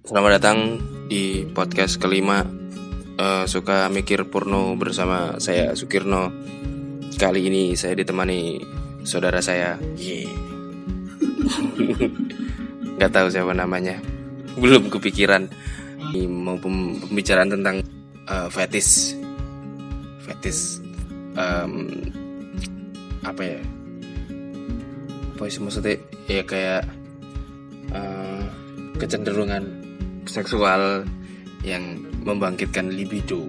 Selamat datang di podcast kelima Suka Mikir Porno bersama saya Sukirno. Kali ini saya ditemani saudara saya. Gak tahu siapa namanya, belum kepikiran. Mau pembicaraan tentang fetish. Apa ya? Apa sih maksudnya? Ya kayak kecenderungan seksual yang membangkitkan libido.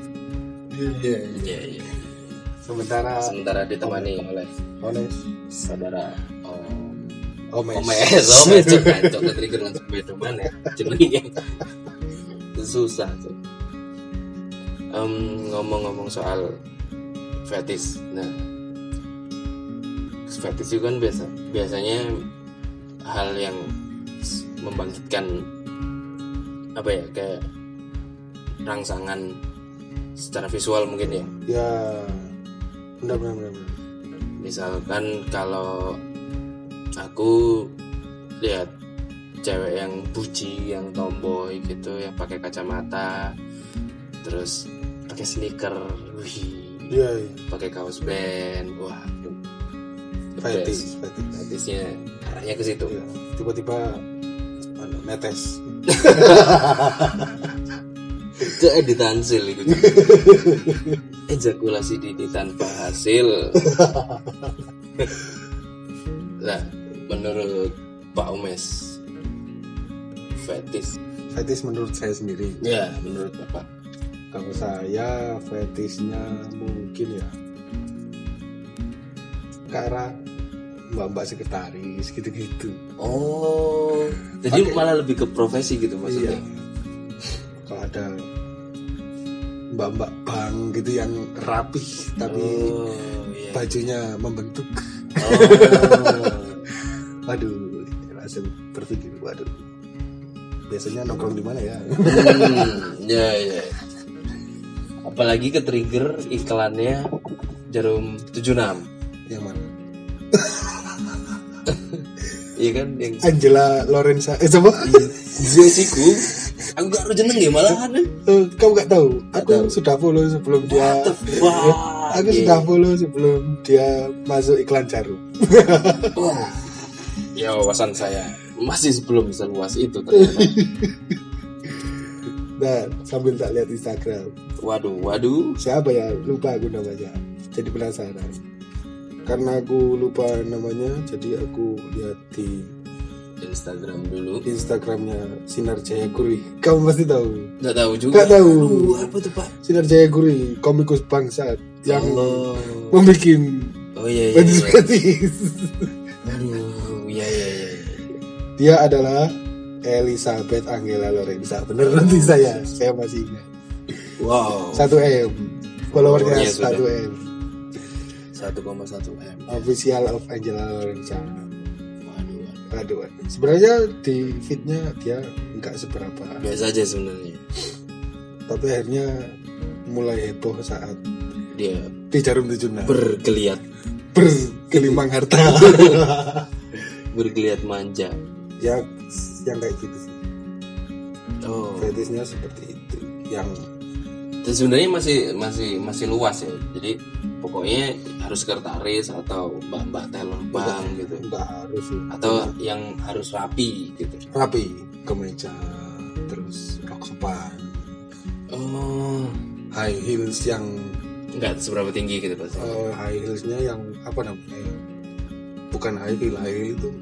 Iya. Sementara ditemani oleh saudara Omes. Cok trigger langsung beda mana jenenge. Susah tuh. Ngomong-ngomong soal fetish. Nah, fetish itu kan biasanya hal yang membangkitkan apa ya, kayak rangsangan secara visual mungkin ya. Ya, benar. Misalkan kalau aku lihat cewek yang buci, yang tomboy gitu, yang pakai kacamata, terus pakai sneaker, pakai kaos band, wah, fetishnya arahnya ke situ. Ya, tiba-tiba netes. Keeditan hasil gitu. Ejakulasi dini tanpa hasil. Nah, menurut Pak Umes, fetish menurut saya sendiri. Ya, menurut Bapak. Kalau saya fetishnya mungkin ya ke arah mbak-mbak sekretaris gitu-gitu. Oh, jadi malah lebih ke profesi gitu maksudnya. Iya. Kalau ada mbak-mbak bank gitu yang rapih tapi bajunya membentuk. Waduh, langsung berpikir, waduh, biasanya nongkrong di mana ya? Ya. Apalagi ke trigger iklannya Jarum 76. Yang mana? Iya kan, yang Angela Lorenza. Coba. Jessiku. Aku gak tahu jeneng ya malahan. Kamu gak tahu? Aku sudah follow sebelum dia. Aku sudah follow sebelum dia masuk iklan Jarum. Ya, wawasan saya masih belum seluas itu ternyata. Nah, sambil tak lihat Instagram. Waduh. Siapa ya? Lupa aku namanya. Jadi penasaran. Karena aku lupa namanya, jadi aku lihat di Instagram dulu. Instagramnya Sinar Jaya Guri. Kamu pasti tahu? Nggak tahu juga. Nggak tahu. Apa tuh Pak? Sinar Jaya Guri, komikus bangsat yang membuat fetish. Aduh, iya. Dia adalah Elizabeth Angela Lorenza. Bener nanti saya masih ingat. Wow. 1M. Followernya 1M. 1,1 M. Official of Angela Lorenza. Waduh. Sebenarnya di feednya dia nggak seberapa. Biasa aja sebenarnya. Tapi akhirnya mulai heboh saat dia di Jarum 76 bergelimang harta. Bergeliat manja. Ya, yang kayak gitu sih. Oh. Fetishnya seperti itu. Yang dan sebenarnya masih luas ya. Jadi pokoknya harus sekretaris atau mbak-mbak teller bank gitu. Enggak harus sih. Atau yang harus rapi gitu. Rapi, kemeja, terus rok sopan. Oh, high heels yang enggak seberapa tinggi gitu pasti. High heelsnya yang apa namanya? Bukan high heel itu.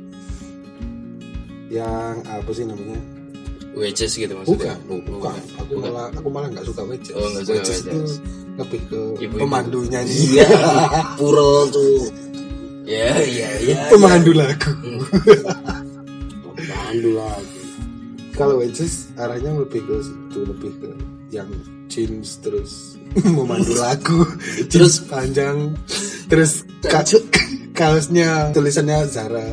Yang apa sih namanya? Wedges gitu maksudnya? Bukan. Aku malah nggak suka wedges. Oh, nggak suka wedges. Itu lebih ke Ibu-ibu. Pemandu nyanyi. Iya, purel tuh. Ya. Pemandu lagu. Pemandu lagu. Kalau wedges arahnya lebih ke situ, lebih ke yang jeans terus memandu lagu, terus panjang, terus kaosnya tulisannya Zara.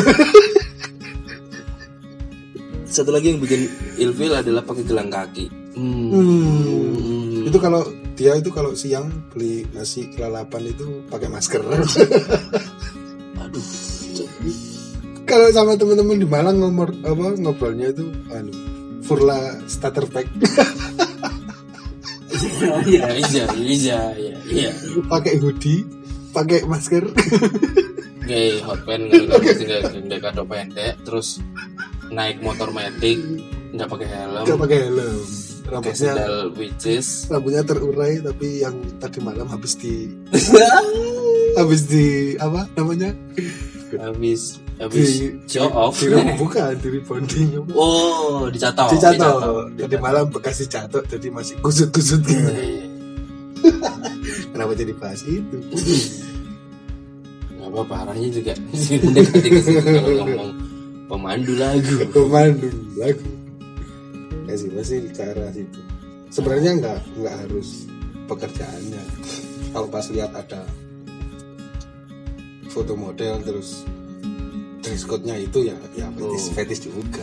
Satu lagi yang bikin ilfil adalah pakai gelang kaki. Itu kalau dia itu kalau siang beli nasi kelalapan itu pakai masker. Aduh. Kalau sama teman-teman di Malang ngobrolnya itu Furla starter pack. Iya. Pakai hoodie, pakai masker. Kayak hot pen nggak kado pendek, terus naik motor metik nggak pakai helm. Rambutnya sendal witches. Rambutnya terurai tapi yang tadi malam habis di apa namanya? Habis show off. Bukan di rebonding. Oh, dicatok. Tadi malam bekas dicatok jadi masih kusut-kusut gitu. Kenapa jadi bahas itu? Gak apa-apa, arahnya juga mendekati ke situ kalau ngomong pemandu lagu. Ya sih masih ke arah situ. Sebenarnya nggak harus pekerjaannya. Kalau pas lihat ada foto model terus dress code-nya itu ya fetish juga.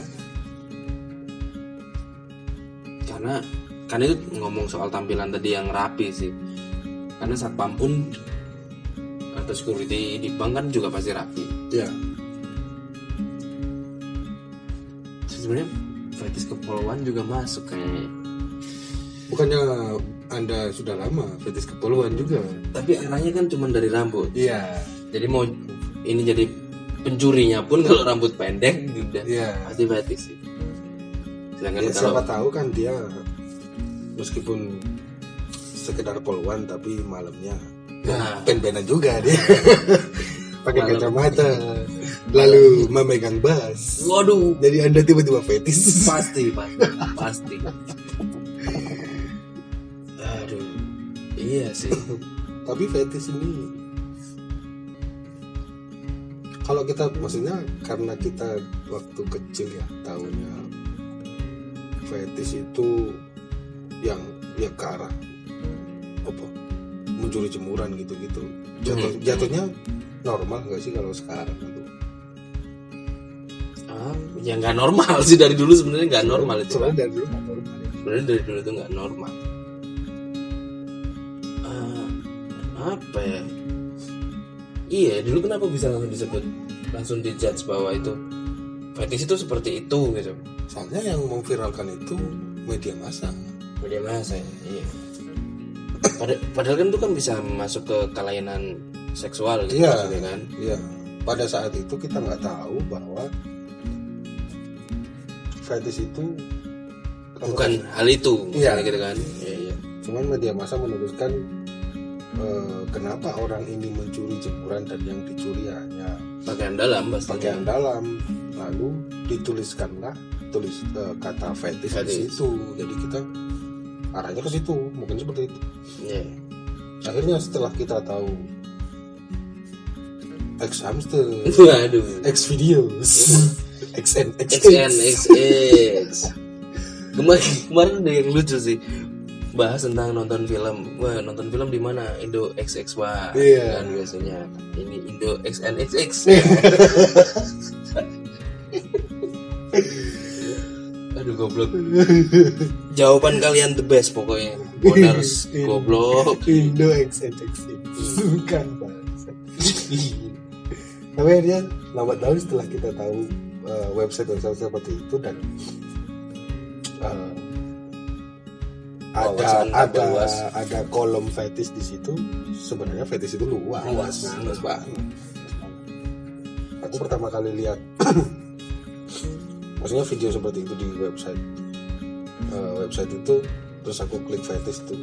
Karena itu ngomong soal tampilan tadi yang rapi sih. Karena satpam pun atau security di bank kan juga pasti rapi. Ya. Sebenarnya fetish kepulauan juga masuk kayaknya. Bukannya Anda sudah lama fetish kepulauan juga? Tapi arahnya kan cuma dari rambut. Iya. Jadi mau ini jadi pencurinya pun kalau rambut pendek udah pasti fetish sih. Sedangkan siapa tahu kan dia meskipun sekedar poluan tapi malamnya ben-benan juga dia. Pakai kacamata lalu memegang bass. Waduh, jadi Anda tiba-tiba fetish. Pasti. Aduh, iya sih. Tapi fetish ini kalau kita maksudnya karena kita waktu kecil ya tahunya fetish itu yang ya ke arah apa mencuri jemuran gitu-gitu. Jatuhnya normal nggak sih kalau sekarang itu? Ya nggak normal sih, dari dulu sebenarnya nggak normal itu. Sebenarnya dari dulu nggak normal. Sebenarnya dari dulu itu nggak normal. Apa ya? Iya, dulu kenapa bisa langsung dijudge bahwa itu fetish itu seperti itu gitu? Soalnya yang memviralkan itu media massa ya, iya. Padahal kan itu kan bisa masuk ke kelainan seksual gitu kan? Iya. Pada saat itu kita nggak tahu bahwa fetish itu bukan hal itu, iya. Gitu kan? Iya. Cuman media massa menuliskan kenapa orang ini mencuri jemuran dan yang dicuri hanya pakaian dalam, lalu dituliskanlah kata fetish di situ. Jadi kita arahnya ke situ, mungkin seperti itu. Yeah. Akhirnya setelah kita tahu X hamster, X videos, XNXX. Kemarin ada yang lucu sih, bahas tentang nonton film. Wah, nonton film di mana? Indo XXY. Iya. Kan biasanya ini Indo XNXX. Aduh, goblok. Jawaban kalian the best pokoknya. Bonus goblok. Indo XNXX. Bukan bahasa. Tapi akhirnya lambat laun setelah kita tahu website seperti itu dan ada kolom fetish di situ. Sebenarnya fetish itu luas banget. Aku pertama kali lihat maksudnya video seperti itu di website itu, terus aku klik fetish itu,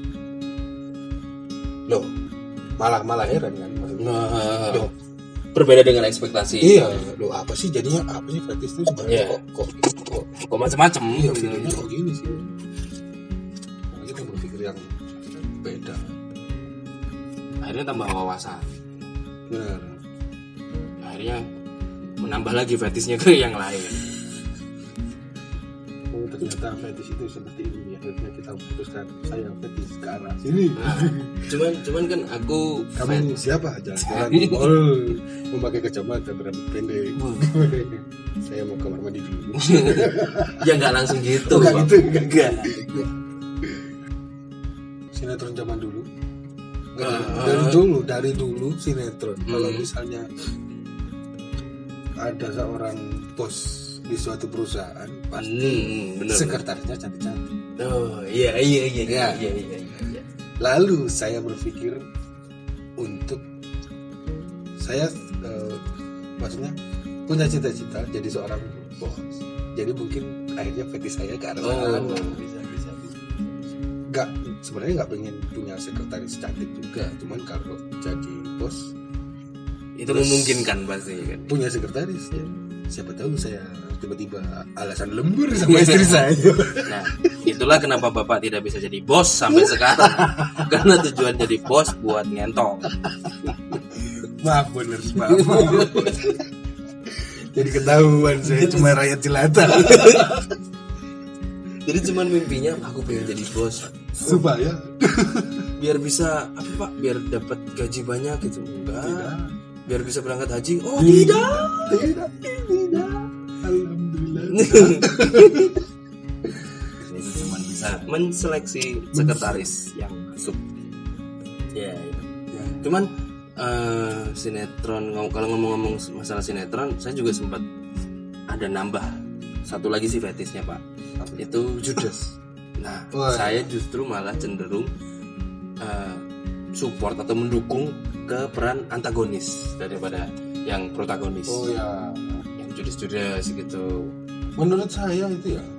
loh malah heran kan maksudnya. Loh, berbeda dengan ekspektasi. Iya, loh apa sih jadinya, apa sih fetish itu sebenarnya? Kok macam-macam. Iya, videonya kok gini sih. Nah, kita berpikir yang beda. Akhirnya tambah wawasan. Benar. Akhirnya menambah lagi fetishnya ke yang lain. Oh, ternyata fetish itu seperti ini. Akhirnya kita memutuskan saya fetish ke arah sini. Nah, cuman kan kamu siapa jalan-jalan memakai kacamata berambut pendek. Saya mau kamar mandi dulu. Ya nggak langsung gitu. Enggak. Sinetron zaman dulu. Dari dulu sinetron. Kalau misalnya ada seorang bos di suatu perusahaan pasti bener, sekretarisnya cantik-cantik. Oh iya. Lalu saya berpikir untuk saya maksudnya punya cita-cita jadi seorang bos. Jadi mungkin akhirnya fetish saya ke arah sana. Bisa. Enggak, sebenarnya nggak pengen punya sekretaris cantik juga, cuman kalau jadi bos itu memungkinkan pasti kan. Punya sekretaris ya. Siapa tahu saya tiba-tiba alasan lembur sama istri saya. Nah, itulah kenapa Bapak tidak bisa jadi bos sampai sekarang. Karena tujuan jadi bos buat ngentong. Maaf. Jadi ketahuan saya cuma rakyat jelata. Jadi cuman mimpinya aku pengen jadi bos Supaya biar bisa apa Pak? Biar dapat gaji banyak gitu. Enggak. Biar bisa berangkat haji. Oh, tidak. Alhamdulillah. Itu cuma bisa menseleksi sekretaris yang masuk. Ya. Cuman sinetron, kalau ngomong-ngomong masalah sinetron, saya juga sempat ada nambah satu lagi sih fetishnya Pak. Itu Judas. Nah, saya justru malah cenderung support atau mendukung ke peran antagonis daripada yang protagonis. Oh ya, yang Judas gitu. Menurut saya itu ya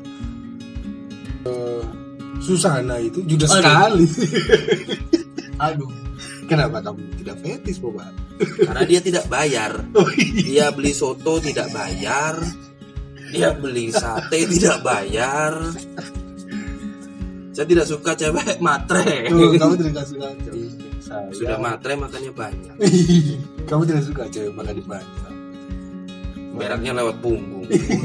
Susana itu Judas sekali. Aduh, kenapa kamu tidak fetis, Boba? Karena dia tidak bayar. Dia beli soto tidak bayar. Dia beli sate tidak bayar. Saya tidak suka cewek matre. Kamu tidak suka cewek. Sudah matre makannya banyak. Kamu tidak suka cewek makan banyak. Beraknya lewat punggung.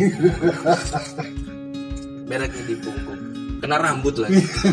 Beraknya di punggung. Kena rambut lagi.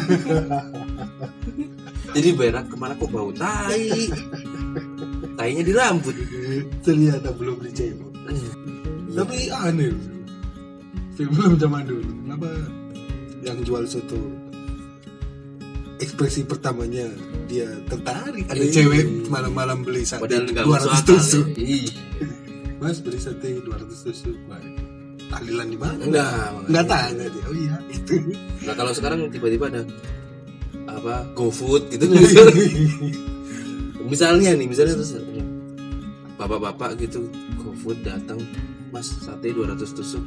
Jadi berak kemana kok bau tai. Tainya di rambut. Ternyata belum dicebok. Tapi aneh. Film zaman dulu. Kenapa yang jual soto ekspresi pertamanya dia tertarik, ada cewek malam-malam beli sate 200 tusuk. Mas beli sate 200 tusuk. Tahlilan di mana? Enggak tanya dia. Oh iya itu. Nah kalau sekarang tiba-tiba ada apa GoFood gitu. misalnya terus bapak-bapak gitu GoFood datang, Mas sate 200 tusuk.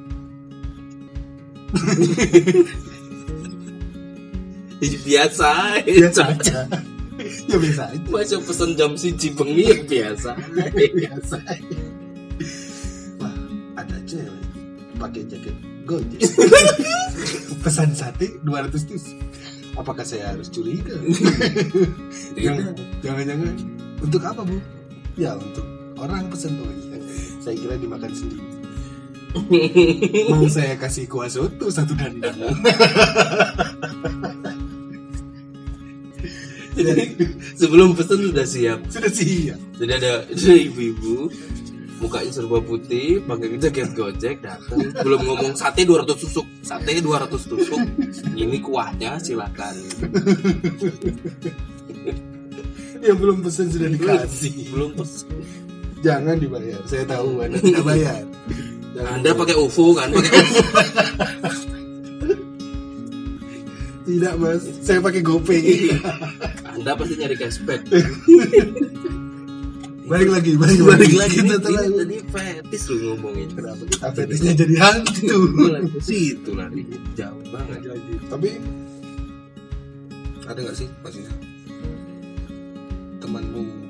Biasa aja. Ya biasa aja. Masuk pesen jam 1 bengi ya biasa. Wah, ada cewek pakai jaket Gojek. Pesan sate 200 tusuk. Apakah saya harus curiga? Jangan-jangan untuk apa, Bu? Ya, untuk orang pesan. Oh iya. Saya kira dimakan sendiri. Mau saya kasih kuah soto 1 dandang. Jadi sebelum pesan sudah siap. Jadi ada ibu-ibu mukanya serba putih, pakai jaket Gojek datang, belum ngomong sate 200 tusuk. Ini kuahnya silakan. Ya belum pesan sudah dikasih. Belum pesan. Jangan dibayar. Saya tahu Anda tidak bayar. Anda pakai OVO kan? Tidak Mas, saya pakai GoPay. Anda pasti nyari cashback. Balik lagi. Kita tadi fetis lu ngomongin. Kenapa kita fetisnya jadi hantu? Ke situ lari jauh banget. Tapi ada nggak sih maksudnya teman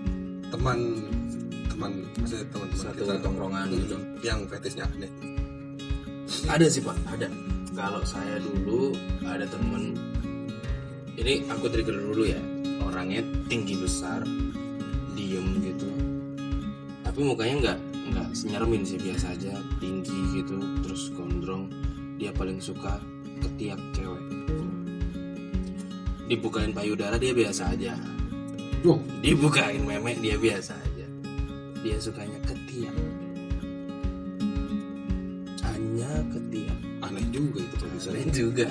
maksudnya teman-teman satu kita tongkrongan gitu yang fetisnya aneh? Ada sih Pak, ada. Kalau saya dulu ada temen, ini aku trigger dulu ya, orangnya tinggi besar, diem gitu, tapi mukanya nggak senyeremin sih, biasa aja, tinggi gitu, terus gondrong. Dia paling suka ketiak cewek. Dibukain payudara dia biasa aja. Dibukain memek dia biasa aja. Dia sukanya ketiak. Hanya ketiak. Aneh juga itu bisa. Aneh juga.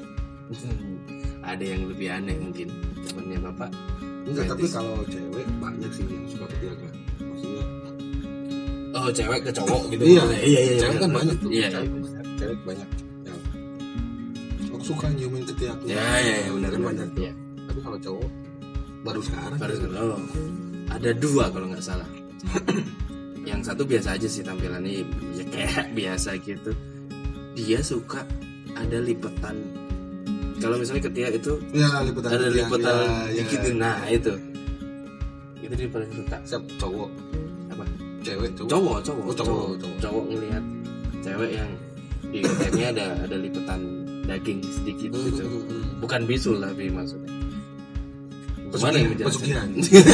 Ada yang lebih aneh mungkin temennya Bapak. Enggak, tapi kalau cewek banyak sih yang suka ketiak. Maksudnya Oh, cewek ke cowok gitu. Iya. Cewek Kan banyak tuh. Iya. Cewek banyak. Yang aku suka nyiumin ketiak. Ya, benar Kan banyak tuh. Iya. Tapi kalau cowok baru sekarang. Oh, ada 2 kalau nggak salah. Yang satu biasa aja sih tampilannya, ya kayak biasa gitu. Dia suka ada lipetan. Kalau misalnya ketiak itu Ya, lipetan. ada lipetan ya. dikit. Nah, itu dia paling suka. Siap cowok. Apa? Cewek Cowok. Cowok ngelihat cewek yang di ketiaknya ada lipetan daging sedikit gitu. Bukan bisul tapi maksudnya. Gimana yang menjelaskan?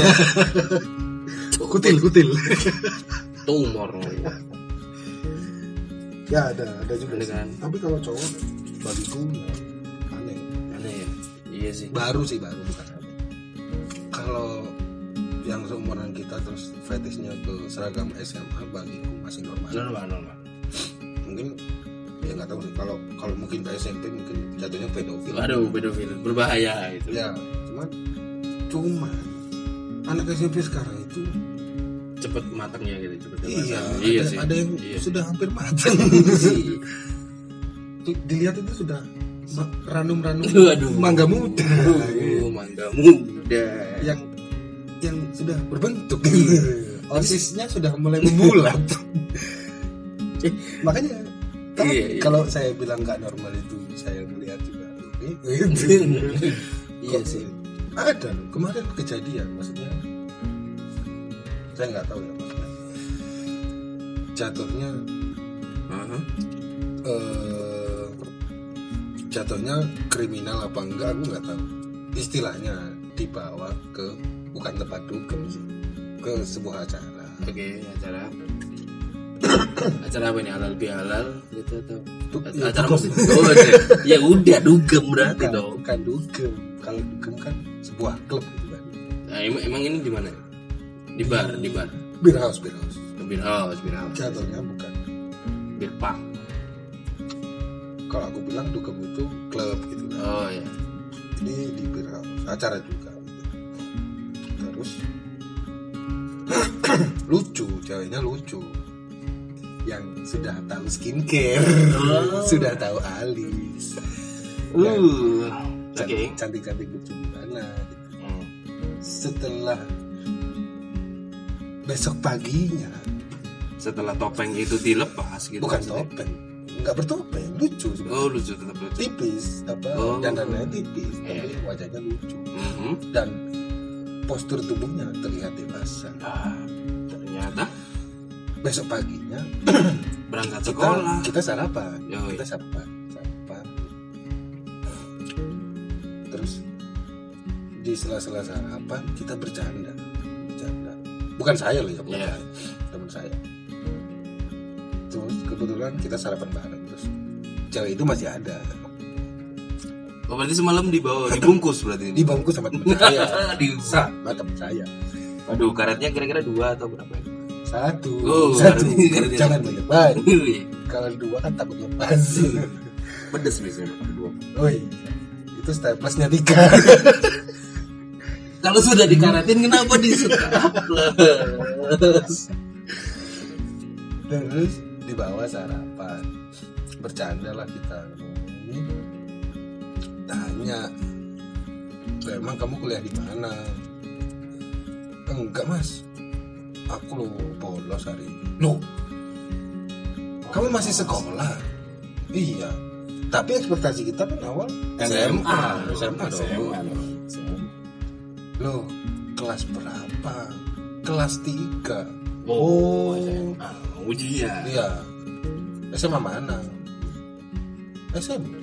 Kutil. Tumor. Ya ada juga. Ada Sih. kan? Tapi kalau cowok bagiku aneh. Aneh ya? Iya sih. Baru bukan aneh. Kalau yang seumuran kita terus fetishnya ke seragam SMA bagiku masih normal. Mungkin ya nggak tahu sih, kalau mungkin ke SMP mungkin jatuhnya pedofil. Aduh, pedofil berbahaya itu. Ya, cuman anak SMP sekarang itu Cepet matangnya gitu, cepet iya, sih. ada yang sudah hampir matang. Dilihat itu sudah ranum-ranum Waduh. mangga muda. Mangga muda. Yang sudah berbentuk. Osisnya sudah mulai membulat. Makanya tapi kalau saya bilang nggak normal itu saya melihat juga. Iya sih. Ada loh, kemarin kejadian, maksudnya saya nggak tahu ya maksudnya jatuhnya kriminal apa enggak aku nggak tahu, istilahnya dibawa ke bukan tempat dugem sih, ke sebuah acara. Oke, acara apa ini, halal bihalal gitu atau Ya, acara dugem. musik? Oh ya udah dugem berarti dong. Bukan dugem, kalau dugem kan sebuah klub gitu kan. Nah, emang ini di mana? Di bar. Beer house. Beer house. Jatuhnya bukan. Bir pang. Kalau aku bilang dugem itu klub gitu kan. Oh ya. Ini di beer house, acara juga. Terus lucu, ceweknya lucu. Yang sudah tahu skincare, sudah tahu alis. Oke. Cantik-cantik lucu gimana gitu. Setelah besok paginya, Setelah topeng itu dilepas gitu. bukan maksudnya. topeng, nggak bertopeng, lucu sebenarnya. Oh, lucu, tetap lucu. Tipis, dandanannya tipis, tapi wajahnya lucu. Dan postur tubuhnya terlihat dewasa. Ternyata Besok paginya berangkat sekolah. kita sarapan. Yoi. Kita sarapan. Terus di sela-sela sarapan kita bercanda. Bukan saya loh ya, bukan saya. Teman saya. Terus kebetulan kita sarapan bareng, terus cewek itu masih ada. Oh, berarti semalam dibungkus berarti. Dibungkus sama teman saya. Sama teman saya. Waduh, karetnya kira-kira 2 atau berapa ya? Satu. Karetnya. Jangan banyak. Kalau 2 kan takut lepas. Pedes biasanya 2. Oi, itu staples-nya 3. Kalau sudah dikaretin kenapa di-staples? Terus dibawa sarapan, bercanda lah kita. Tanya, emang kamu kuliah di mana? Enggak mas, aku lo bolos hari ini. Loh, kamu masih sekolah? Iya, tapi ekspektasi kita kan awal SMA dong. Loh, kelas berapa? Kelas 3. Oh, SMA. Ujian. Iya. SMA mana? SMP.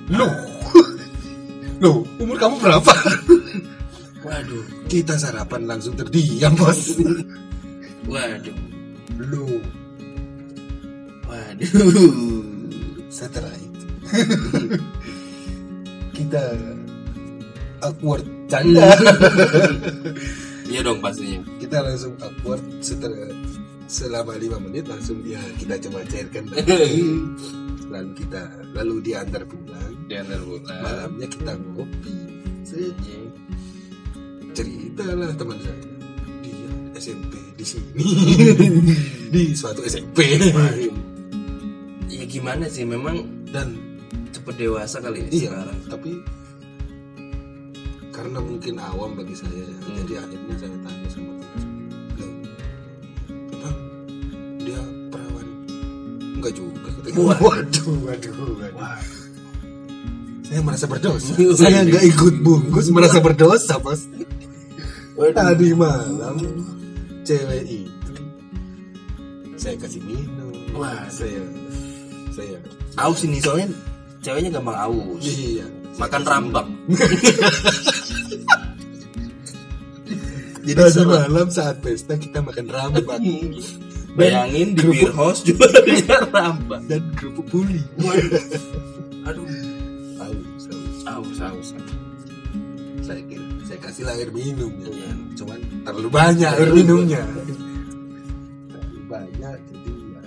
Loh, umur kamu berapa? Waduh. Kita sarapan langsung terdiam, Bos. Waduh. Loh, Waduh. setelah itu kita awkward canda. Iya dong pastinya. Kita langsung awkward selama 5 menit langsung ya kita coba cairkan. Lalu diantar pulang. Malamnya kita ngopi. Ceritalah teman saya. SMP di sini di suatu SMP. Ya gimana sih, memang Dan cepet dewasa kali ya iya, sekarang. tapi karena mungkin awam bagi saya ya, jadi akhirnya saya tanya sama teman, "Loh, emang dia perawan?" Enggak juga katanya. Waduh. Saya merasa berdosa. Saya nggak ikut bungkus, merasa berdosa pasti. Tadi malam cewek itu saya kasih minum. Wah, saya aus ini soalnya ceweknya gampang aus. iya, Makan rambak. jadi semalam saat pesta kita makan rambak. Bayangin di beer house juga dia rambak Dan kerupuk puli. Aduh, aus. Saya kira saya kasih air minum ya. Iya. Cuman terlalu banyak air minumnya. Terlalu banyak jadi ya.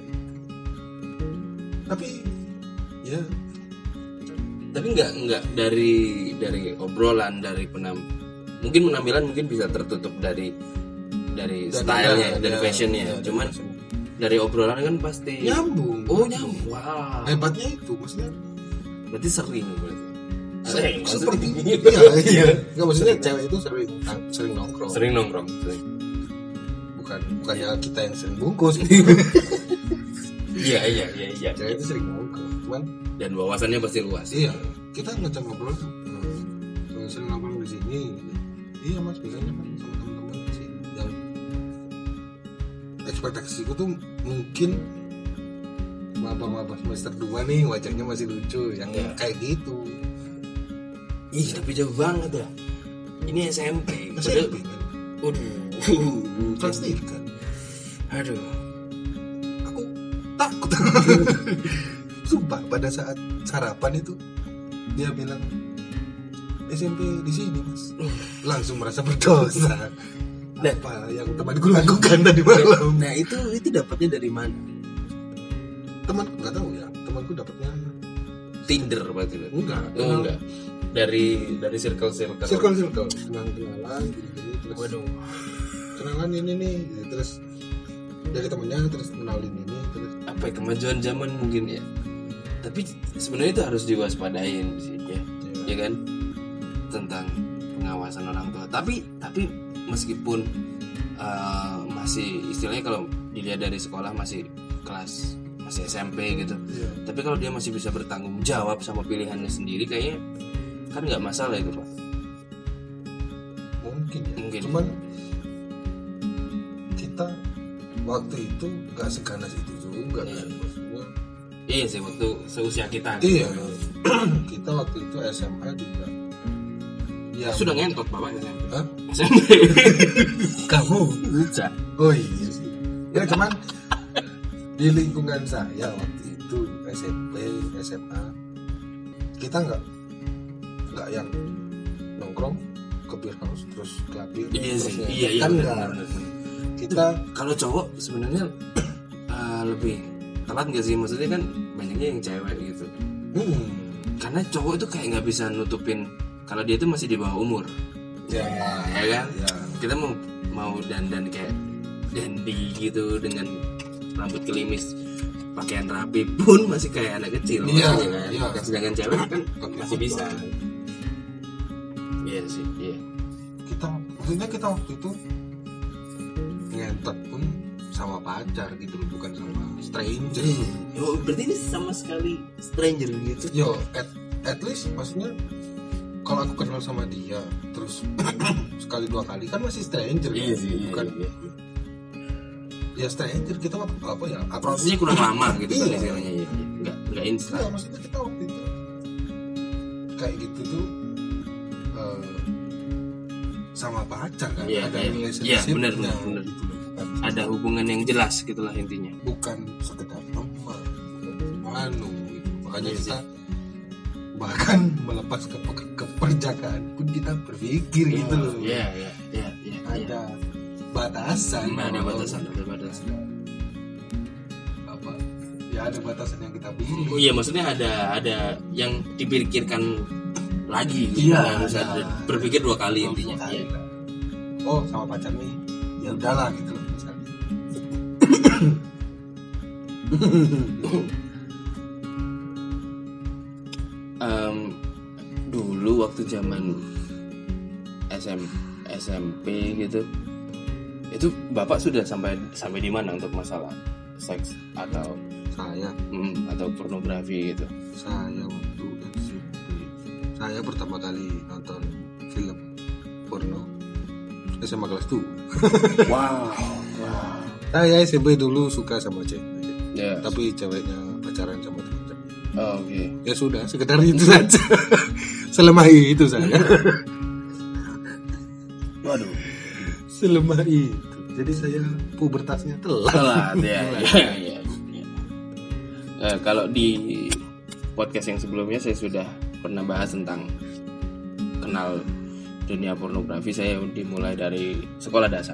Tapi ya Tapi nggak dari obrolan, dari mungkin penampilan mungkin bisa tertutup dari stylenya, dari fashionnya. Cuman dari obrolan kan pasti nyambung. Oh, nyambung. Wah. Hebatnya itu maksudnya. Berarti sering berarti. Seperti iya. Enggak, maksudnya cewek itu sering nongkrong. Sering nongkrong. Bukannya kita yang sering bungkus. Iya. Cewek itu sering nongkrong. Cuman Dan wawasannya pasti luas. iya, kita ngajak ngobrol sering nongkrong di sini. Iya mas, biasanya kan sama teman-teman sih. Yang ekspektasiku tuh mungkin maba semester 2 nih wajahnya masih lucu, yang kayak gitu. Ih, tapi jauh banget ya. Ini SMP. SMP kan? Pasti kan? Aduh. Aku takut. Sumpah pada saat sarapan itu dia bilang SMP di sini mas. Langsung merasa berdosa. Apa yang temanku lakukan tadi malam? Nah itu dapatnya dari mana? Temanku nggak tahu ya. Temanku dapatnya Tinder berarti? enggak. Enggak. Dari circle. Kenalan gini terus. Waduh. Kenalan ini nih, terus dari temennya terus kenalin ini terus. Apa ya, kemajuan zaman mungkin ya. Tapi sebenarnya itu harus diwaspadain sih ya. Ya kan? Tentang pengawasan orang tua. Tapi meskipun masih istilahnya kalau dilihat dari sekolah masih SMP gitu. Tapi kalau dia masih bisa bertanggung jawab sama pilihannya sendiri, kayaknya kan nggak masalah itu Pak. Mungkin. Cuman kita waktu itu nggak seganas itu juga kan, maksudnya. Iya sih, waktu seusia kita. Iya. Kita waktu itu SMA juga. Ya, sudah ngentot bapaknya SMP. Hah? SMP. Kamu? Bisa. Oh iya sih. Ya cuman di lingkungan saya waktu itu SMP, SMA kita nggak yang nongkrong ke beer house terus clubbing. Iya sih. Terus Iya kan benar. Kita kalau cowok sebenarnya lebih telat nggak sih, maksudnya kan banyaknya yang cewek gitu. Karena cowok itu kayak nggak bisa nutupin kalau dia itu masih di bawah umur. Ya kan? Ya. Kita mau dandan kayak dandy gitu dengan rambut gelimis, pakaian rapi pun masih kayak anak kecil. Iya. Sedangkan cewek kan masih bisa. Iya sih, iya. Kita waktu itu ngentot pun sama pacar gitu loh, bukan sama stranger. Yo, berarti ini sama sekali stranger gitu. Yo, at least maksudnya kalau aku kenal sama dia terus sekali dua kali kan masih stranger. Iya sih, bukan. Iya. Ya stranger kita waktu apa ya? Prosesnya kurang lama gitu kan iya. istilahnya ya. Enggak instan. Iya, maksudnya kita waktu itu kayak gitu tuh sama pacar kan, Iya, ada iya. relationship. Iya, benar. Gitu loh. Ada hubungan yang jelas gitulah intinya. Bukan sekedar teman, gitu. Makanya Iya, kita bahkan melepas keperjakaan pun kita berpikir gitu loh. Iya. Ada batasan. Ada batasan. Apa? Ya ada batasan yang kita pilih. Oh iya, maksudnya ada yang dipikirkan lagi. Iya, Yang bisa berpikir dua kali intinya. Iya. Oh, sama pacar nih ya udahlah gitu loh misalnya. Dulu waktu zaman SMP gitu, itu bapak sudah sampai di mana untuk masalah seks atau atau pornografi gitu? Saya waktu SMP, saya pertama kali nonton film porno SMA kelas 2. Wow. Saya SMP dulu suka sama cewek, Yes. tapi ceweknya pacaran sama teman-teman. Oh, oke. Ya sudah, sekedar itu saja. Selemah itu saya. Waduh. Selemah itu. Jadi saya pubertasnya telat. Ya. Kalau di podcast yang sebelumnya saya sudah pernah bahas tentang kenal dunia pornografi. Saya dimulai dari sekolah dasar.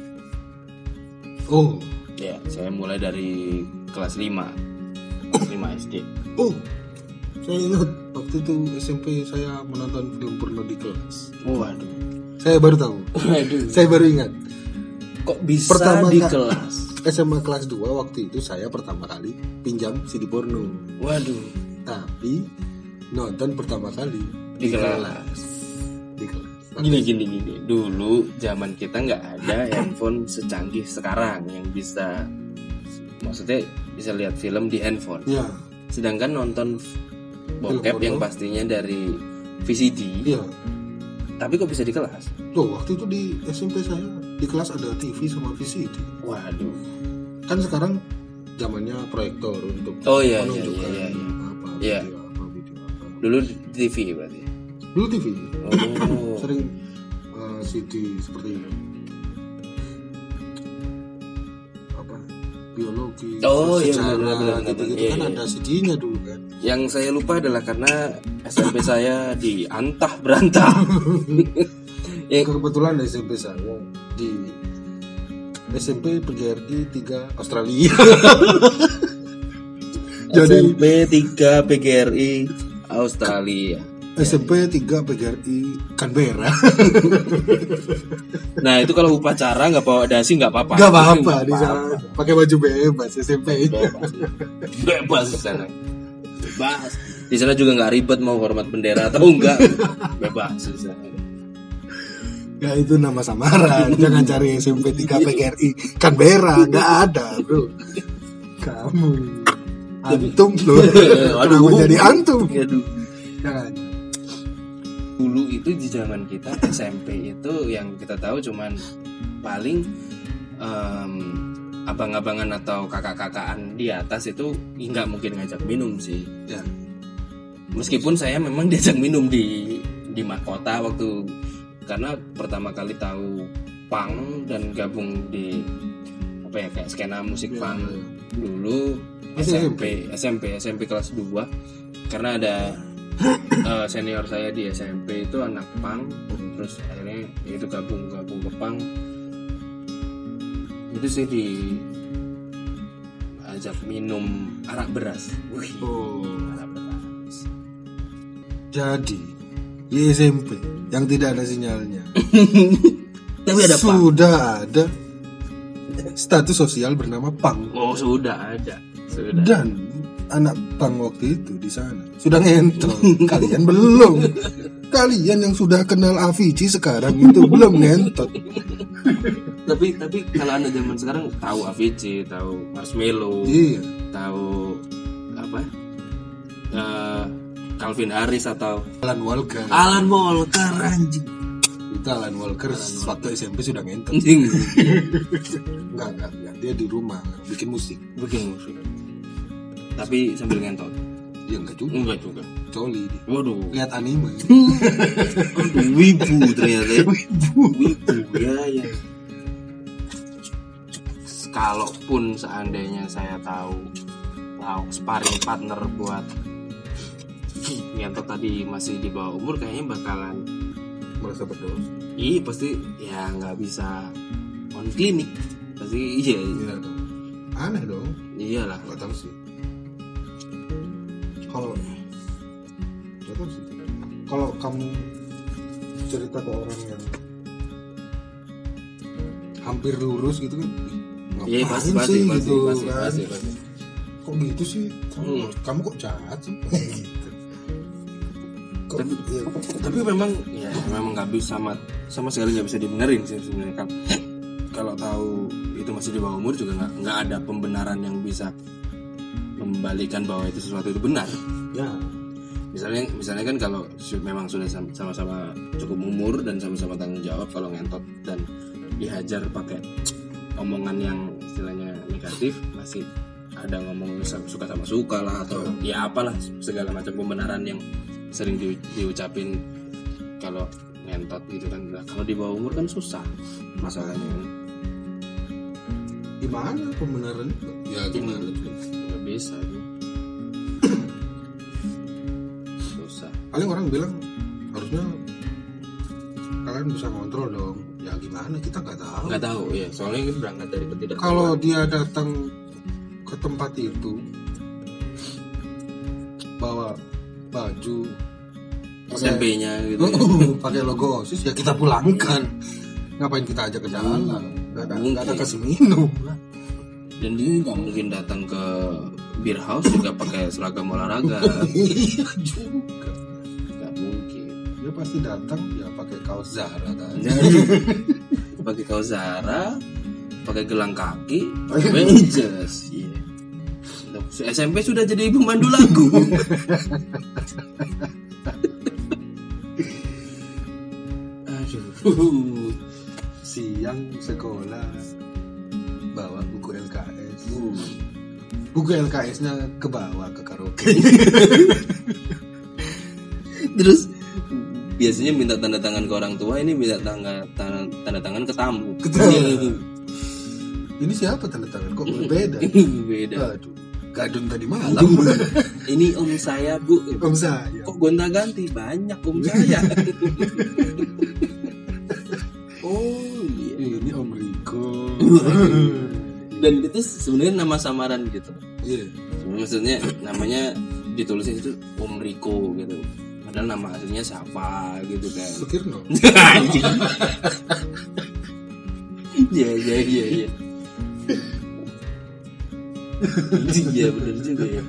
Oh, Ya, saya mulai dari kelas 5 SD. oh, saya ingat waktu itu SMP saya menonton film porno di kelas. Waduh. Saya baru tahu. Saya baru ingat. Kok bisa di kelas? SMA kelas 2 waktu itu saya pertama kali pinjam CD porno. Waduh. Tapi nonton pertama kali Di kelas. Di kelas. Gini. Dulu zaman kita nggak ada handphone secanggih sekarang yang bisa, maksudnya bisa lihat film di handphone. Ya, Sedangkan nonton bokep Film yang porno. pastinya dari VCD, iya. tapi kok bisa di kelas? Loh, waktu itu di SMP saya di kelas ada TV sama VCD. Waduh. Kan sekarang zamannya proyektor untuk Oh iya. menunjukkan Iya. apa Iya. video apa. Dulu di TV berarti. Dulu TV. Oh. Sering CD seperti apa? Biologi, Oh, iya, sejarah, benar. gitu-gitu Iya, kan iya. ada CD-nya dulu kan. Yang saya lupa adalah karena SMP saya diantah berantah. Kebetulan SMP saya di SMP PGRI 3 Australia. Jadi SMP 3 PGRI Australia. SMP 3 PGRI Canberra. Nah itu kalau upacara nggak bawa dasi nggak apa-apa. Gak apa-apa di sana pakai baju bebas SMP. Bebas di sana. Bebas. Di sana juga nggak ribet mau hormat bendera atau enggak. Bebas di sana. Ya itu nama samaran. Jangan cari SMP 3 PGRI Canberra, nggak ada, bro. Kamu antum loh. Kenapa jadi antum? Aduh. Jangan. Dulu itu di zaman kita SMP itu yang kita tahu cuman paling abang-abangan atau kakak-kakaan di atas itu nggak mungkin ngajak minum sih. Ya. Meskipun saya memang diajak minum di Mahkota waktu, karena pertama kali tahu punk dan gabung di apa ya kayak skena musik punk dulu SMP kelas 2, karena ada senior saya di SMP itu anak punk, terus akhirnya itu gabung ke punk. Itu sih diajak minum arak beras. Wih, arak beras. Jadi di SMP yang tidak ada sinyalnya. Tapi ada punk. Sudah ada status sosial bernama punk. Oh, sudah ada. Sudah. Dan anak punk waktu itu di sana sudah ngentot. Kalian belum. Kalian yang sudah kenal Avicii sekarang itu belum ngentot. Tapi kalau anak zaman sekarang tahu Avicii, tahu Marshmello, Iya. tahu apa? Calvin Harris atau Alan Walker. Alan Walker, anjing. Itu Alan Walker waktu SMP sudah ngentot. Anjing. Enggak. Dia di rumah bikin musik. Bikin musik. Tapi sambil ngentot. Dia enggak juga. Enggak juga. Coli dia. Waduh. Lihat anime. Aduh, wibu ternyata. Wibu. Ya. Kalaupun seandainya saya tahu sparring partner buat ngentot tadi masih di bawah umur, kayaknya bakalan Merasa berdosa. iya pasti ya nggak bisa on klinik pasti. Iya dong. Aneh dong. iyalah. Gak tahu sih. Kalau kamu cerita ke orang yang hampir lurus gitu kan. Iya Ngapain pasti sih gitu kan? pasti. Kok gitu sih? Kamu kok jahat sih? Gitu. Kok, Tapi memang nggak bisa sama sekali nggak bisa dibenerin sih sebenarnya kan. Kalau tahu itu masih di bawah umur juga nggak ada pembenaran yang bisa membalikan bahwa itu sesuatu itu benar. ya. Misalnya kan kalau memang sudah sama-sama cukup umur dan sama-sama tanggung jawab, kalau ngentot dan dihajar pakai omongan yang istilahnya negatif, masih ada ngomong suka sama suka lah atau ya apalah segala macam pembenaran yang sering diucapin kalau ngentot gitu kan. Nah, kalau di bawah umur kan susah masalahnya. Gimana pembenaran? Ya gimana tuh? Nggak bisa tuh. Susah. Paling orang bilang harusnya kalian bisa kontrol dong. Ya gimana, kita nggak tahu. Nggak tahu ya, soalnya ini berangkat dari ketidaktahuan. Kalau dia datang ke tempat itu bawa baju SMP-nya gitu. pakai logo OSIS, ya kita pulangkan. Ngapain kita ajak ke dalam? Nggak ada kasih minum. Dan dia nggak mungkin datang ke beer house juga pakai seragam olahraga. Iya juga. Nggak mungkin. Dia pasti datang ya pakai kaos Zara kan. Pakai kaos Zara, pakai gelang kaki, pakai mejas. Iya. SMP sudah jadi pemandu lagu. Aduh. Siang sekolah bawa buku LKS. Buku LKS-nya ke bawah ke karaoke. Terus biasanya minta tanda tangan ke orang tua, ini minta tanda tangan ke tamu. Ini siapa tanda tangan? Kok berbeda? Beda. Aduh, gadun tadi malam. Ini om saya bu. Om saya. Kok gonta-ganti? Banyak om saya. Oh iya. Ini Om Riko. Dan itu sebenarnya nama samaran gitu. Iya. Maksudnya namanya ditulisnya itu Om Riko gitu. Padahal nama aslinya siapa gitu kan. Sukirno. Iya. Iya benar juga ya.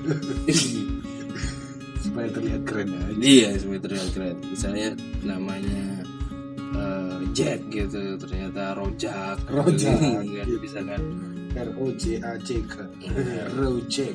Supaya terlihat keren aja. Iya supaya terlihat keren. Misalnya namanya Jack gitu, ternyata Rojak. Gitu, bisa kan. ROJACK. Rojak.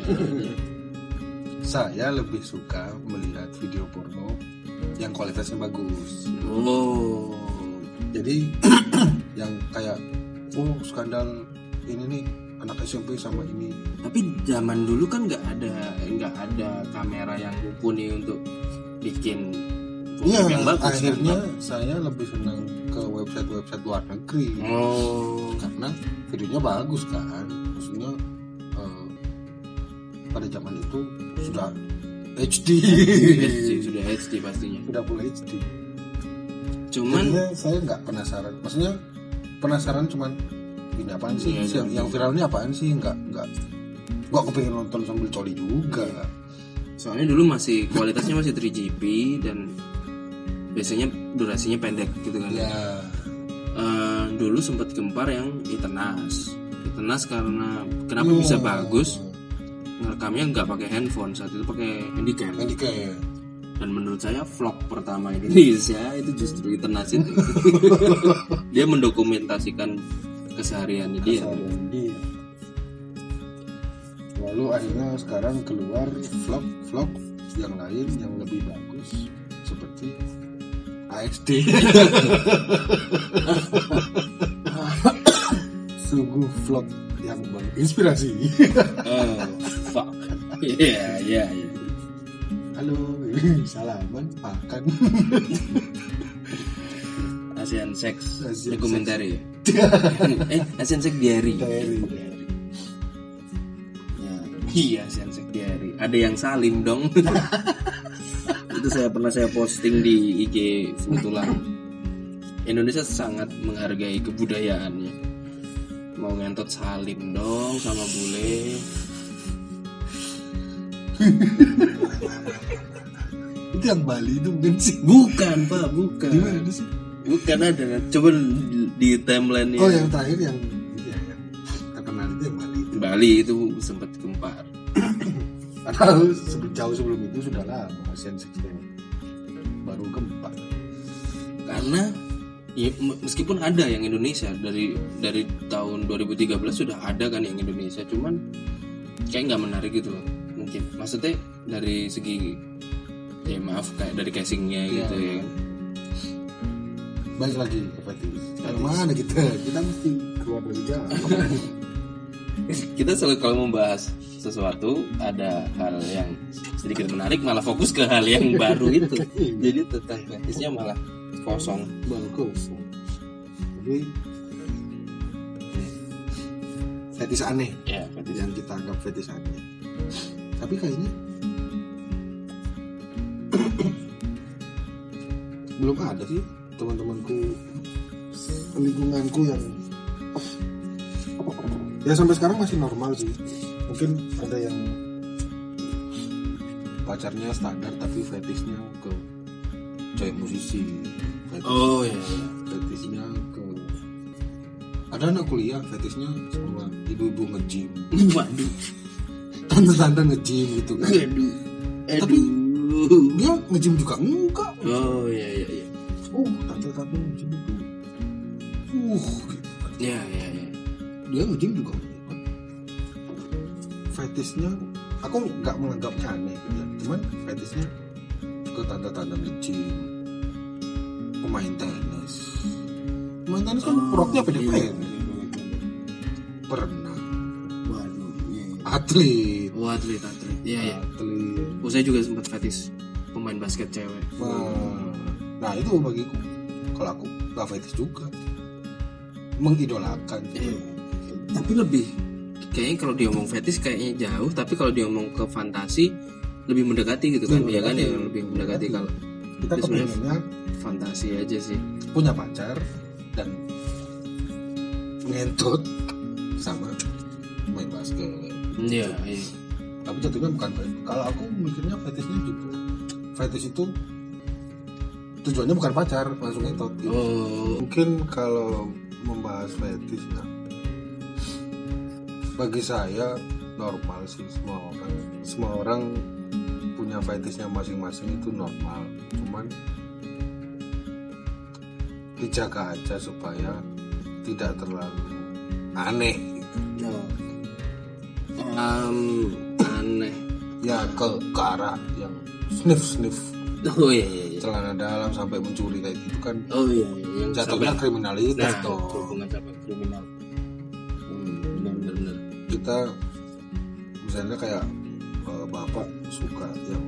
Saya lebih suka melihat video porno yang kualitasnya bagus. Oh. Jadi yang kayak skandal ini nih anak SMP sama ini. Tapi zaman dulu kan nggak ada kamera yang mumpuni untuk bikin Iya, yang bagus. akhirnya saya lebih senang ke website luar negeri. Oh. Karena videonya bagus kan. Maksudnya pada zaman itu sudah HD. Sudah HD pastinya. Sudah full HD. Cuman jadinya saya nggak penasaran. Maksudnya penasaran cuman ini apaan sih? Iya, yang viral ini apaan sih? Nggak kepengen nonton sambil coli juga. Soalnya dulu masih kualitasnya masih 3GP dan biasanya durasinya pendek gitu kan. Ya. Dulu sempat gempar yang Itenas karena kenapa bisa bagus, ngerekamnya nggak pakai handphone, saat itu pakai handycam. Dan menurut saya vlog pertama Indonesia itu justru Itenas itu. Dia mendokumentasikan kesehariannya dia. Lalu akhirnya sekarang keluar vlog yang lain yang lebih bagus seperti AXD. Sungguh vlog yang menginspirasi. Oh, fuck. Iya. Halo, salaman makan. Asian Sex Asian Documentary. Asian Sex Diary. Iya, Asian Sex Diary. Ada yang salim dong. Itu pernah saya posting di IG Futulang. Indonesia sangat menghargai kebudayaannya. Mau ngentot salim dong sama bule. Itu yang Bali itu bukan sih? Bukan Pak, bukan. Gimana sih? Bukan ada. Coba di timeline-nya. Oh, yang terakhir yang terkenal itu yang Bali. Bali itu sempat gempar. Padahal jauh sebelum itu sudah lama Asian Games baru gempar. Karena ya, meskipun ada yang Indonesia dari tahun 2013 sudah ada kan yang Indonesia, cuman kayak nggak menarik gitu loh. Mungkin maksudnya dari segi ya maaf kayak dari casingnya gitu ya kan. Baik lagi ke fetis. Mana kita mesti keluar dari jauh. Kita selalu kalau membahas sesuatu ada hal yang sedikit menarik malah fokus ke hal yang baru itu. Jadi tentang fetisnya malah kosong. Bagus. Jadi fetis aneh. Ya, fetis yang kita anggap fetis aneh. Tapi kayaknya belum ada sih teman-temanku, lingkunganku yang ya sampai sekarang masih normal sih. Mungkin ada yang pacarnya standar tapi fetisnya ke cewek musisi. Oh iya. Fetisnya ke ada anak kuliah fetisnya sama ibu-ibu nge-gym. Waduh. Tante-tante nge-gym gitu kan. Aduh. Tapi dia nge-gym juga enggak. Oh iya. Tante-tante nge-gym itu. Gitu. Ya. Dia nge-gym juga enggak. Fetisnya aku nggak menganggapnya aneh gitu ya. Cuman fetisnya ke tante-tante nge-gym, pemain tenis kan roknya beda-beda. Berenang. Waduh. Atlet. Iya. Atlet. Saya juga sempat fetis pemain basket cewek. Nah itu bagiku. Kalau aku nggak fetis juga, mengidolakan. Tapi lebih kayaknya kalau dia ngomong fetis kayaknya jauh, tapi kalau dia ngomong ke fantasi lebih mendekati gitu kan. Iya kan yang lebih mendekati. Kalau kita kepengennya fantasi aja sih, punya pacar dan ngentot sama main basket. Iya. Tapi jatuhnya bukan fetis. Kalau aku mikirnya fetisnya gitu, fetis itu tujuannya bukan pacar, langsung ngentot gitu. Mungkin kalau membahas fetis ya, bagi saya normal sih. Semua orang punya fetisnya masing-masing, itu normal. Cuman dijaga aja supaya tidak terlalu aneh gitu. Aneh ya ke arah yang sniff oh iya celana dalam sampai mencuri kayak gitu kan. Oh iya yang jatuhnya kriminalitas itu hubungan sampai kriminal. Benar. Kita misalnya kayak bapak suka yang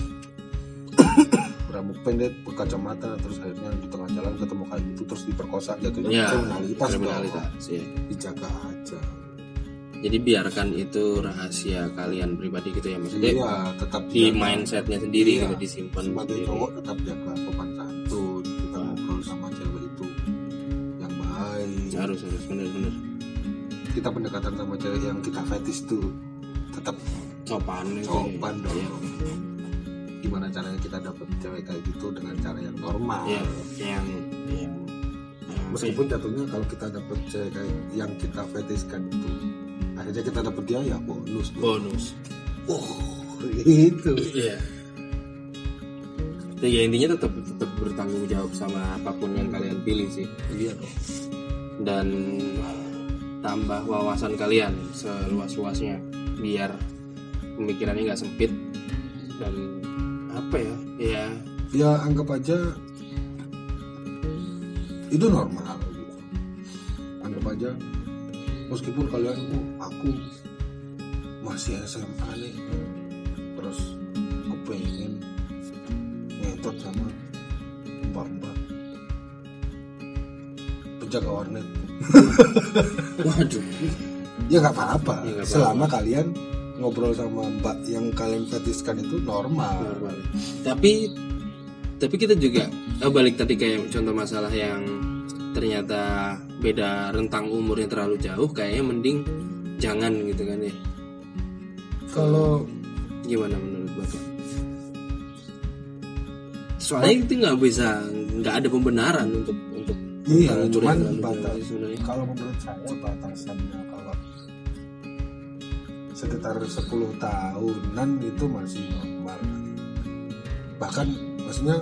rambut pendek, berkacamata, terus akhirnya di tengah jalan ketemu kayak gitu terus diperkosa, jatuhnya kriminalitas ya. Dijaga aja. Jadi biarkan itu rahasia kalian pribadi gitu ya, maksudnya. Iya, tetap di mindsetnya sendiri gitu, disimpan sebagai sendiri. cowok tetap jaga sopan santun, kita ngobrol sama cewek itu yang baik. Harus benar. Kita pendekatan sama cewek yang kita fetish tuh tetap sopan dong. Ya. Gimana caranya kita dapet cewek kayak gitu dengan cara yang normal? Ya, yang meskipun jatuhnya kalau kita dapet cewek kayak yang kita fetishkan itu, akhirnya kita dapet dia ya bonus. Itu. Iya. Ya intinya tetap bertanggung jawab sama apapun yang kalian pilih sih. Iya dong. Dan tambah wawasan kalian seluas-luasnya biar pemikirannya nggak sempit dan apa ya anggap aja itu normal gitu. Anggap aja meskipun kalian aku masih SMA nih terus kepengen ngentot sama mbak penjaga warnet. Waduh. Ya nggak apa-apa selama kalian ngobrol sama mbak yang kalian fetishkan itu normal. Tapi kita juga balik tadi kayak contoh masalah yang ternyata beda rentang umurnya terlalu jauh, kayaknya mending jangan gitu kan ya. Kalau gimana menurut Bapak? Soalnya itu nggak ada pembenaran untuk Iya, Antara cuman umur yang terlalu batas. jauh sebenarnya. Kalau menurut saya batasannya kalau sekitar 10 tahunan itu masih normal. Bahkan maksudnya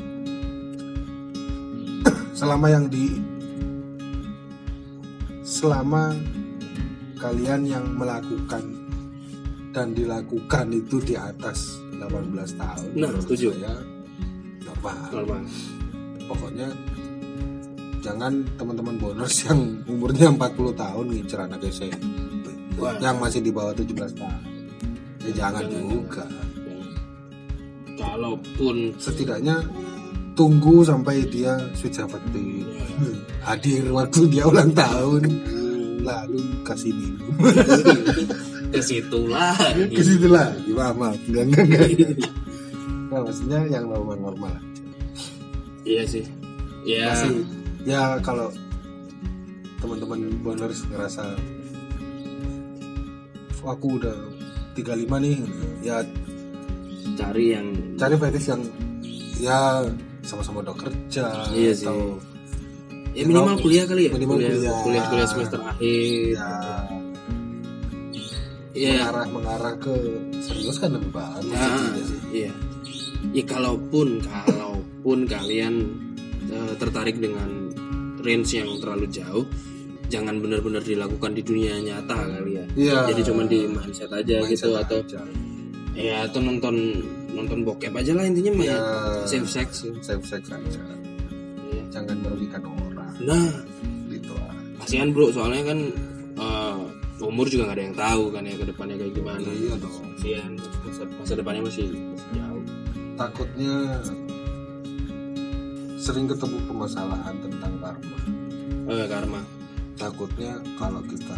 selama kalian yang melakukan dan dilakukan itu di atas 18 tahun. Nah, menurut setuju. saya normal. Normal. Pokoknya jangan teman-teman boners yang umurnya 40 tahun ngincer anak SMP Wah. yang masih di bawah 17 tahun. Ya jangan juga. Kalaupun Setidaknya tunggu sampai dia sweet 17 hadir waktu dia ulang tahun, lalu kasih minum. ke situ lagi. Ke situ lagi, maaf, enggak. Nah, maksudnya yang normal aja. Iya sih. Ya. Masih, ya kalau teman-teman boners ngerasa aku udah 35 nih, ya cari fetish yang ya sama-sama udah kerja. Iya sih. atau Ya minimal kuliah kali ya. Minimal kuliah semester akhir. ya Iya. mengarah ke serius kan lebih bagus sih. Iya. Ya kalaupun kalian tertarik dengan range yang terlalu jauh, jangan benar-benar dilakukan di dunia nyata kali ya. Iya. Jadi cuma di mindset aja gitu Mindset atau aja. ya atau nonton bokep aja lah intinya mah. Ya. Safe sex. Safe sex aja. Iya. Jangan merugikan orang. Nah, Gitu lah. kasihan bro, soalnya kan umur juga nggak ada yang tahu kan ya ke depannya kayak gimana. Iya dong. Kasihan, masa depannya masih jauh. Takutnya sering ketemu permasalahan tentang karma. Karma. Takutnya kalau kita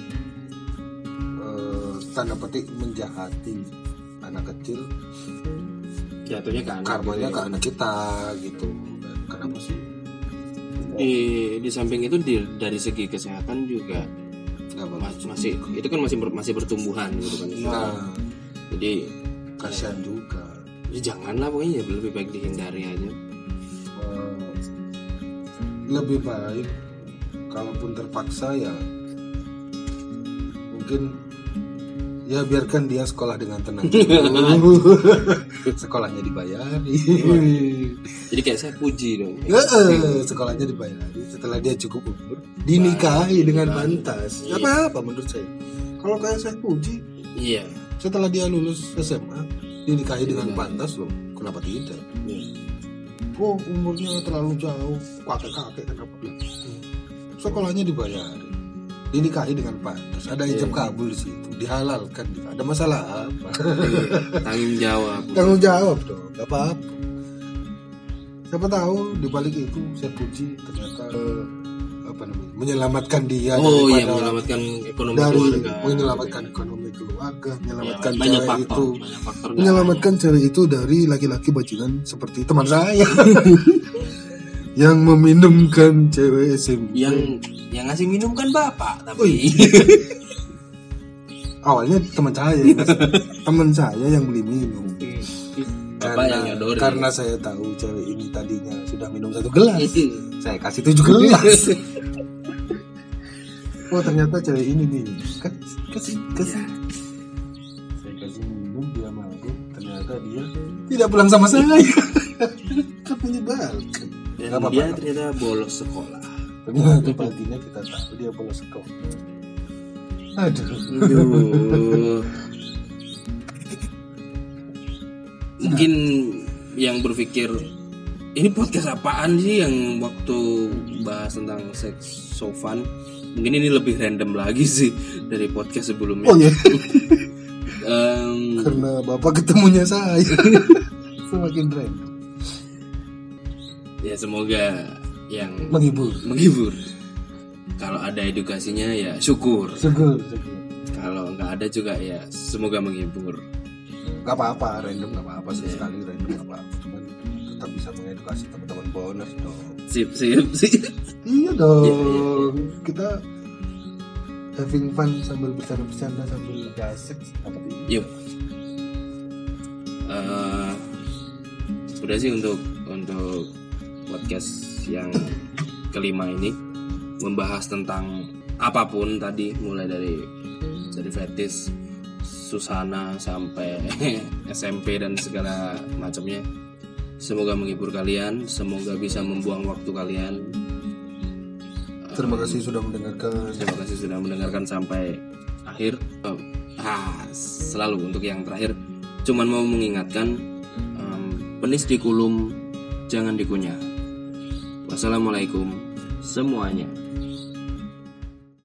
tanda petik menjahati anak kecil, Jatuhnya ke anak. karmanya gitu ke ya. anak kita gitu. Kenapa sih? Di samping itu dari segi kesehatan juga Nggak bagus. masih itu kan masih pertumbuhan gitu kan. Nah, Jadi kasihan juga. ya janganlah pokoknya, ya lebih baik dihindari aja. Lebih baik kalaupun terpaksa ya mungkin ya biarkan dia sekolah dengan tenang dulu. Sekolahnya dibayari. Jadi kayak saya puji dong. Sekolahnya dibayari. Setelah dia cukup umur dinikahi dengan pantas. Iya. Apa menurut saya? Kalau kayak saya puji, Iya. setelah dia lulus SMA dinikahi dengan pantas loh. Kenapa tidak? Oh, umurnya terlalu jauh, kakek-kakek kenapa tidak? Sekolahnya dibayari, dinikahi dengan pantas, ada ijab kabul di situ, dihalalkan, ada masalah apa? Tanggung jawab. Tanggung jawab dong, gak apa-apa. Siapa tahu di balik itu saya puji ternyata menyelamatkan dia Oh iya, daripada- menyelamatkan ekonomi dari keluarga. menyelamatkan ekonomi keluarga, menyelamatkan Ya, banyak cewek faktor, itu, banyak faktor. menyelamatkan cewek itu dari laki-laki bajingan seperti teman saya yang meminumkan cewek SMP. yang ngasih minum kan bapak, Oh, tapi Awalnya teman saya, teman saya yang beli minum. bapak yang nyodorin. Karena saya tahu cewek ini tadinya sudah minum 1 gelas, saya kasih 7 gelas. Oh ternyata cewek ini minum, kasih. Saya kasih minum, dia mabuk. Ternyata dia tidak pulang sama saya. Kan menyebalkan. Dan Gak apa-apa, dia gak ternyata bolos sekolah. Ternyata paginya kita tahu dia bolos sekolah. Aduh. Aduh. Mungkin yang berpikir ini podcast apaan sih yang waktu bahas tentang seks so fun. Mungkin ini lebih random lagi sih dari podcast sebelumnya. Oh iya. Em, Karena bapak ketemunya saya. Semakin random. ya semoga yang Menghibur. Kalau ada edukasinya ya syukur. Syukur. Kalau nggak ada juga ya semoga menghibur. Gak apa-apa, random gak apa-apa sih. Sekali random gak apa-apa. Cuman tetap bisa mengedukasi teman-teman bonus dong. Sip. Iya dong. Kita having fun sambil bercanda-bercanda sambil bahas seks. Apa tuh? Yuk. Udah sih untuk podcast yang kelima ini membahas tentang apapun tadi, mulai dari fetis, susana sampai SMP dan segala macamnya. Semoga menghibur kalian, semoga bisa membuang waktu kalian. Terima kasih sudah mendengarkan. Terima kasih sudah mendengarkan sampai akhir. Selalu untuk yang terakhir, cuman mau mengingatkan, penis dikulum, jangan dikunyah. Wassalamualaikum semuanya.